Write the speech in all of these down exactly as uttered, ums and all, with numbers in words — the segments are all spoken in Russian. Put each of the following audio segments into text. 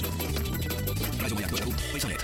Радиомаяк.ру представляет.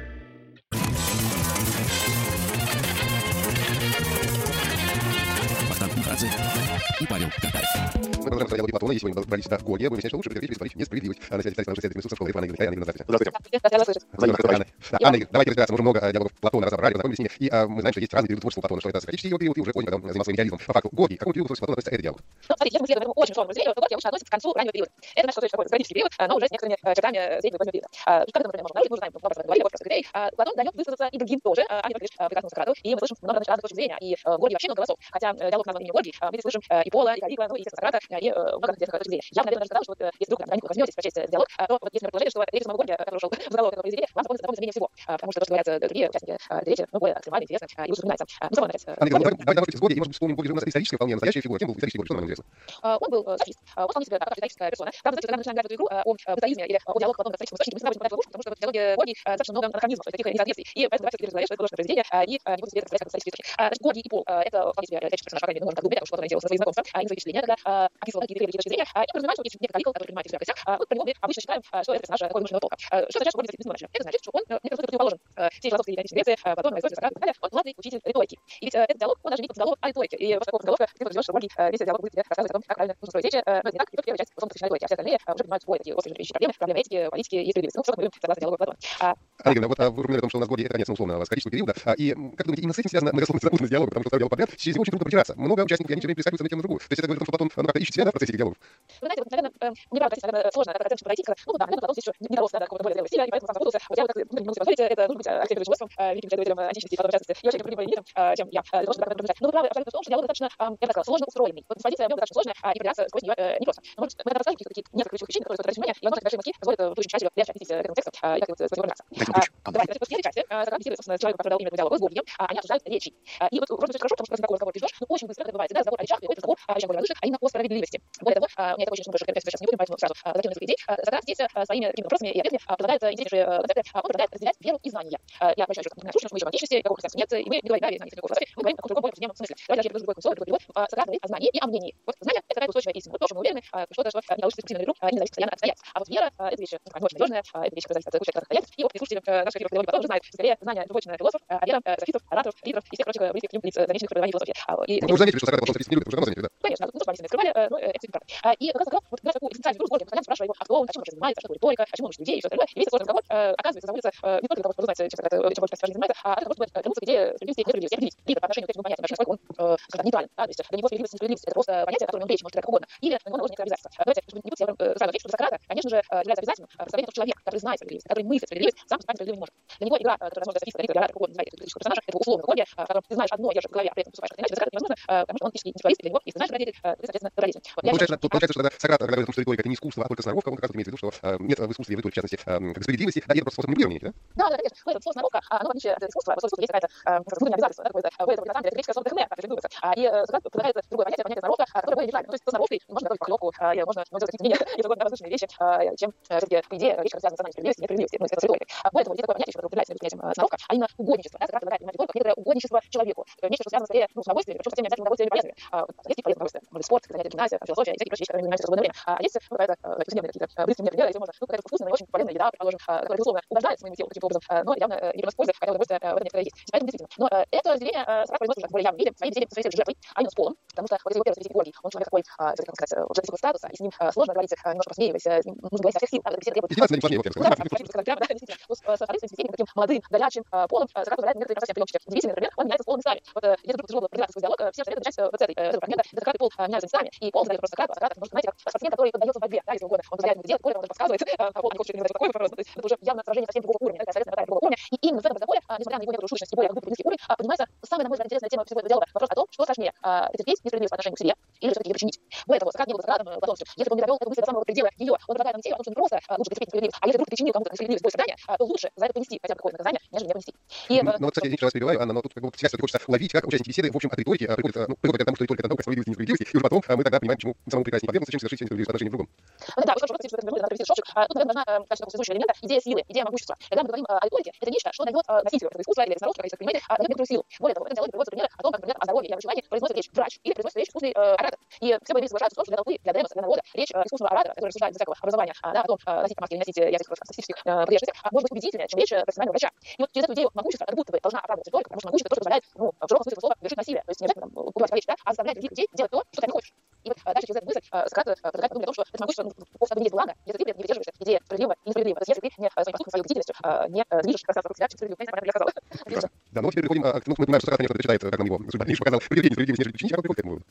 Вахтанг Мухадзе и Павел Картаев. Мы продолжаем свои диалоги Платона, и сегодня добрались до Гоги. Мы выясняем, что лучше претерпеть исправить несправедливость. А на связи с нашей присутствует школа Анна Игоревна. Здравствуйте. Здравствуйте. Анна, Анна, давайте разбираться. Мы уже много диалогов Платона разобрали, познакомились с ними. И а, мы знаем, что есть разные периоды творчества Платона, что это сократический его период, и уже поздний, когда он занимался своим идеализмом. По факту, Гоги, к какому периоду творчества Платона относится этот диалог? Ну, смотрите, если мы следуем этому очень сложному разделению, то Гоги обычно относится к концу раннего периода. Это значит, что это такой сократический период, но уже с некоторыми чертами среднего позднего периода. Как это, например, можно обнаружить? Мы уже знаем много про это говорили, вот про Сократей. Платон дает высказаться и другим тоже, а не только лишь прекрасному Сократу. И мы слышим много разных точек зрения, и Гоги вообще много голосов. Хотя диалог назван именем Гоги, мы здесь слышим и Пола, и Каллигула, ну и, естественно, Сократа, и много интересных точек зрения. Я бы, наверное, даже сказал, что вот, если вдруг когда-нибудь возьметесь прочесть диалог, то вот если предположить, что речь самого Горького, который ушел в заголовок этого произведения, вам запомнится намного менее всего, потому что то, что говорят другие участники речи, ну, более экстремально, интересно, и лучше вспоминается. Ну, самое опять. Анна Игоревна, давайте давайте с Гоги, и, может быть, вспомним, Гоги же у нас историческая, вполне настоящая фигура. Кем был исторический Гоги? Что нам известно? Он был софист, он вполне себе такая историческая персона. Правда, знаете, когда мы начинаем играть в эту игру о бытаизме или о диалоге Платона с историческим источником, мы всегда будем попадать в ловушку, потому что в диалоге Гоги достаточно много анахронизмов, то есть таких несоответствий. И поэтому давайте все-таки разговаривать, что это художественное произведение, и не буду себе это представлять как исторический источник. Значит, Гоги и Пол — это вполне себе речь персонажа, по крайней мере, нужно так думать, потому что Платон делал со своим знакомством, и свои впечатления, когда описывал такие требования точки зрения. И подразумевает, что есть некий Каллигул, который принимает себя косяк, вот про него мы обычно считаем, что это персонаж такого вымышленного толка. Что означает, что Гоги действительно мрачный? Это значит, что он некоторым образом противоположен всей философской и теоретической Греции, Платону, Аристотелю, Сократу и так далее. Он главный учитель риторики. И ведь этот диалог, он даже не под заголовок о риторике. И после такого заголовка ты подразумеваешь, что Гоги весь этот диалог будет тебе рассказывать о том, как правильно нужно строить речи, но это не так, и только первая часть, условно, посвящена риторике, а все остальные уже поднимают более такие острые juridические проблемы, проблемы этики, политики и справедливости. Ну, что мы говорим согласно диалогу Платона. Анна Игоревна, вот а, вы упомянули о том, что у нас Гоги — это конец, ну, условно, сократического периода. А, и, как думаете, именно с этим связана многословная запутанность диалога, потому что второй диалог подряд, через него очень трудно протираться. Много участников, и они все время перескакивают с одной темы на другую. То есть это говорит о том, что Платон, ну, как-то ищет себя, да, в процессе этих диалогов? Вы знаете, вот, наверное, мне правда, наверное, сложно так оценочно подойти, ну да, наверное, Платон здесь еще не дорос до какого-то более зрелого стиля, и поэтому сам запутался. Вот я вот так не могу себе позволить, это нужно быть активным речеводством, великим исследователем античности, Платона в частности, и очень определенным лидером, чем я, для того, чтобы так размышлять. Но вы правы абсолютно в том, что диалог достаточно, я бы сказала, сложно устроенный. Вот диспозиция в нем достаточно сложная, и продвигаться сквозь нее непросто. Но, может, мы это расскажем какие-то такие несколько ключевых причин, которые стоят внимания, и, возможно, большие мозги позволят будущим читателю легче отнестись к этому тексту и как-то сквозь него пробираться. Давайте, значит, в первой части Сократ беседует, собственно, с человеком, который дал имя этому диалогу, с Гогием, они обсуждают речи. И вот вроде очень хорошо, потому что разговор разговор придешь, но очень быстро это бывает. Всегда разговор о речах приходит разговор о вещах более различных, а именно о справедливости. Более того, у меня такое ощущение, что мы больше сейчас не будем, поэтому сразу закину несколько идей. Сократ здесь своими такими вопросами и ответами предлагает интереснейшие концепты. Он предлагает разделять веру и знания. Я обращаюсь к слушателям, что мы еще в античности, какого христианства нет, и мы не говорим о знании философии, мы говорим о каком-то другом более повседневном смысле. Давайте я переведу другой кусок, другой перевод. Сократ говорит о знании и о мнении. Вот знание — это какая-то устойчивая истина. Вот то, что мы уверены, что то, что не научится дискуссионную игру, не зависит постоянно от обстоятельств. А вот вера — это вещь не очень надежная, это вещь, которая зависит от случая, от обстоятельств. И вот слушатели наших переводов Платона уже знают, скорее знания двоечных философов, а вера софистов, ораторов, риторов и всех прочих близких к ним лиц замеченных преподаваний философии. И вы уже заметили, что Сократ просто не любит, потому что давно заметили, да? конечно, ну, что они скрывали, но это действительно правда. И как раз Сократ, вот играет такую экзистенциальную игру с Горьким, постоянно спрашивая его, а кто он, а чем он вообще занимается, а что такое риторика, а чему он учит людей и все остальное. И весь этот сложный разговор, оказывается, заводится не только для того, чтобы узнать, чем Сократ, чем больше важнее занимается, а для того, чтобы вернуться к идее справедливости и несправедливости, определить либо по отношению к этим понятиям, насколько он нейтрален, да, то есть для него справедливость и несправедливость — это просто понятие, которое он речь может как угодно, или на него наложено некоторое обязательство. Давайте, чтобы не будьте сразу ответить, что для Сократа, конечно же, является обязательным представление того человека, который знает справедливость, который мыслит справедливость, сам поступать справедливо не может. Для него игра, которая возможно софиста, ритора, как угодно называйте политического персонажа, это условного Горькия, в котором ты знаешь одно, держишь в голове, а при этом поступаешь как-то иначе. Для Сократа невозможно, потому что он фактически интеллектуалист, для него, если знаешь родителей, ты, соответственно, родитель. Вот, получается, получается, что когда Сократ говорит о том, что риторика — это не искусство, а только сноровка, он как раз имеет в виду, что нет в искусстве, в риторике, в частности, как справедливости, да, и это просто способ манипулирования, да? Да, да, конечно. Ну, это слово сноровка, оно в отличие от искусства, в искусстве есть какая-то внутреннее обязательство, да, какое-то, вы это на самом деле греческое слово техне, как рекомендуется. И Сократ предлагает другое понятие, понятие сноровка, которое более нейтрально. То есть со сноровкой можно готовить похлебку, и можно делать какие-то менее ежегодно возвышенные вещи, чем все-таки, по идее, вещи, связанные с знанием справедливости, несправедливости, ну, это с риторикой. Более того, есть такое понятие, которое употребляется между понятием сноровка, а именно угодничество. Да, Сократ предлагает понимать риторику как некоторое угодничество человеку. Нечто, что связано скорее ну, с удовольствием, причем совсем не обязательно удовольствием полезными. Есть полезное удовольствие, может быть, спорт, занятия гимназия, философия и всякие прочие вещи, которыми занимаемся в свободное время. А есть ну, какая-то повседневная какие-то близкие мне примеры, где можно, ну, какая-то вкусная, но очень полезная еда, предположим, которая, безусловно, угождает своему телу таким образом, но явно не приносит пользы, хотя удовольствие в этом некоторое есть. Поэтому действительно. Но это разделение Сократ произносит уже в более явном виде, в своей беседе со своей жертвой, а именно с Полом, потому что вот если его первый советник Горький, он человек такой, как сказать, уже достиг статуса, и с ним сложно говорить, немножко посмеиваясь, с ним нужно говорить со всех сил, а беседа требует... Издеваться не его, да, прямо, да, действительно. С Сократ таким молодым, горячим Полом Сократ позволяет некоторые совсем приемчики. Удивительно, например, он меняется с Полом местами. Вот если вдруг тяжело было продвигаться сквозь диалог, всем советую начать вот с этой, этого фрагмента, где Сократ и Пол меняются местами, и Пол задает вопрос Сократу, а Сократ, может, знаете, как спортсмен, который поддается в борьбе, да, если угодно, он позволяет ему делать, более он подсказывает, а Пол не хочет передать такой вопрос, то есть это уже явно сражение совсем другого уровня, такая советская баталия другого уровня, и именно в этом разговоре, несмотря на его некоторую шуточность и более глубокий низкий уровень, поднимается самая, на мой взгляд, интересная тема всего этого диалога, вопрос о том, что страшнее, претерпеть несправедливость по отношению к себе или все-таки ее причинить. Более того, Сократ не был Сократом платонским. Если бы он не довел эту мысль до самого предела ее, он предлагает нам идею о том, что не просто лучше претерпеть несправедливость, а если вдруг ты причинил кому-то несправедливость, боль, страдания, то лучше за это понести хотя бы какое-то наказание, нежели не понести. И, ну, вот, кстати, я еще раз перебиваю, Анна, но тут как бы связь хочется уловить, как участники беседы, в общем, от риторики приходят, ну, приходят к тому, что риторика — это наука как справедливости и несправедливости, и уже потом мы тогда понимаем, почему самому прекраснее подвергнуться, чем совершить несправедливость по отношению к другому. Да, очень хорошо, что это вернули, надо провести шовчик. Тут, наверное, важна качество связующего элемента, идея силы, идея могущества. Когда мы говорим о риторике, это нечто, что дает носителю этого искусства или сноровка, если понимаете, дает некоторую силу. Более того, в этой диалоге приводятся примеры о том, как, например, о здоровье и о выживании произносит речь врач или произносит речь искусственный оратор. И все боевые соглашаются в том, что для толпы, для демоса, для народа речь искусственного оратора, который рассуждает без всякого образования, да, о том, носить маски или не носить язык статистических погрешностей, может быть убедительнее, чем речь профессионального врача. И вот через эту идею могущества как будто бы должна оправдывать риторика, потому что могущество то, что позволяет, ну, в широком смысле слова, вершить насилие. То есть не обязательно там, убивать речь, да, а заставлять других людей делать то, что ты не хочешь. И вот дальше через эту мысль Сократ предлагает подумать о том, что это могущество после того есть благо, если ты при этом не придерживаешься идеи справедливого и несправедливого. То есть если ты не своим поступком, своей убедительностью не движешь пространство вокруг себя, чем справедливо. Понятно, я сказал. Да, но теперь переходим к... Ну, мы понимаем, что Сократ, конечно, читает, как нам его судьба дальнейшего показал, определение справедливости нежели причине, как он приходит к этому выводу.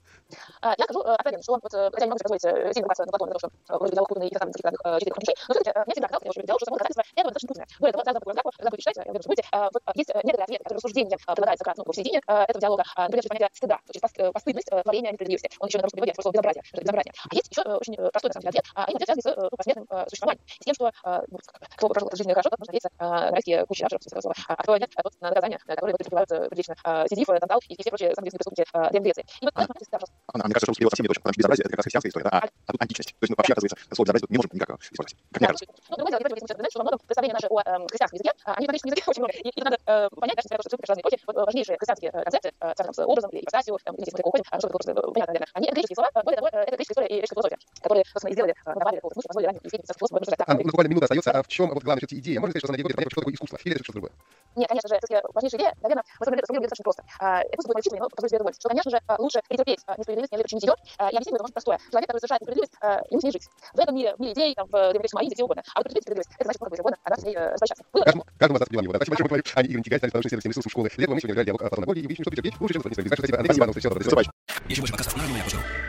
Я скажу откровенно, что вот, хотя не могу себе позволить сильно ругаться на Платона за то, что вроде диалог Путина и Ферсанов каких-то четырех франшей, но все-таки мне всегда казалось, что диалог, что само доказательство этого достаточно трудное. Более того, связано такое графу, когда вы читаете, я уверен, что будете, вот есть некоторые ответы, которые рассуждением предлагает Сократ, ну, в середине этого диалога, например, через понятие стыда, то есть постыдность творения несправедливости. Он еще на русском переводе просто безобразие, что это безобразие. А есть еще очень простой, на самом деле, ответ, а именно ответ, связанный с посмертным существованием, с тем, что кто прожил жизнь хорошо, тот можно надеяться на райские кущи, да, в слова, а кто нет, тот на наказание, которые претерпевают прилично Сизиф, Тантал и все прочие самые преступники Древней Греции. И вот, а мне кажется, что русский перевод совсем не точно, потому что безобразие — это как раз христианская история, да? а, а тут античность. То есть, ну, вообще, оказывается, слово безобразие тут не может никак использовать. Как мне кажется. Ну, другое дело, если мы сейчас что во многом представления наши о э, христианском языке, они в греческом языке очень много. И, и надо э, понять, даже несмотря на то, что все разные эпохи, вот, важнейшие христианские концепции, э, связанные с образом или ипостасью, там, или если мы уходим, что такое просто понятно, наверное, они греческие слова, более того, это греческая история и греческая философия, которые, собственно, и сделали, добавили какого-то смысла, позволили ранним исследователям философов рассуждать. А, ну, буквально минута остается, а в чем вот главная все-таки идея? Можно сказать, что она наводит понять, что такое искусство, или это что-то другое? Нет, конечно же, все-таки важнейшая идея, наверное, мы сформулируем достаточно просто. Это будет научительно, но позволит себе довольно, что, конечно же, лучше претерпеть несправедливость, нежели причинить ее, и объяснить это очень простое. Человек, который совершает несправедливость, ему с ней жить. В этом мире, в мире идей, там, в древнегреческом Аиде, где угодно. А вот претерпеть справедливость, это значит, можно быть угодно, она с ней распрощаться. Каждому, каждому из нас определен его, да. Спасибо большое, мы говорим, Аня Игорь Никитич, научный сервис ресурсов школы. Для этого мы сегодня играли диалог о Платоне и выяснили, что претерпеть лучше, чем заплатить справедливость. Спасибо, Андрей Иванов, всего доброго. До свидания. Еще больше подкастов на радио Маяк точка ру.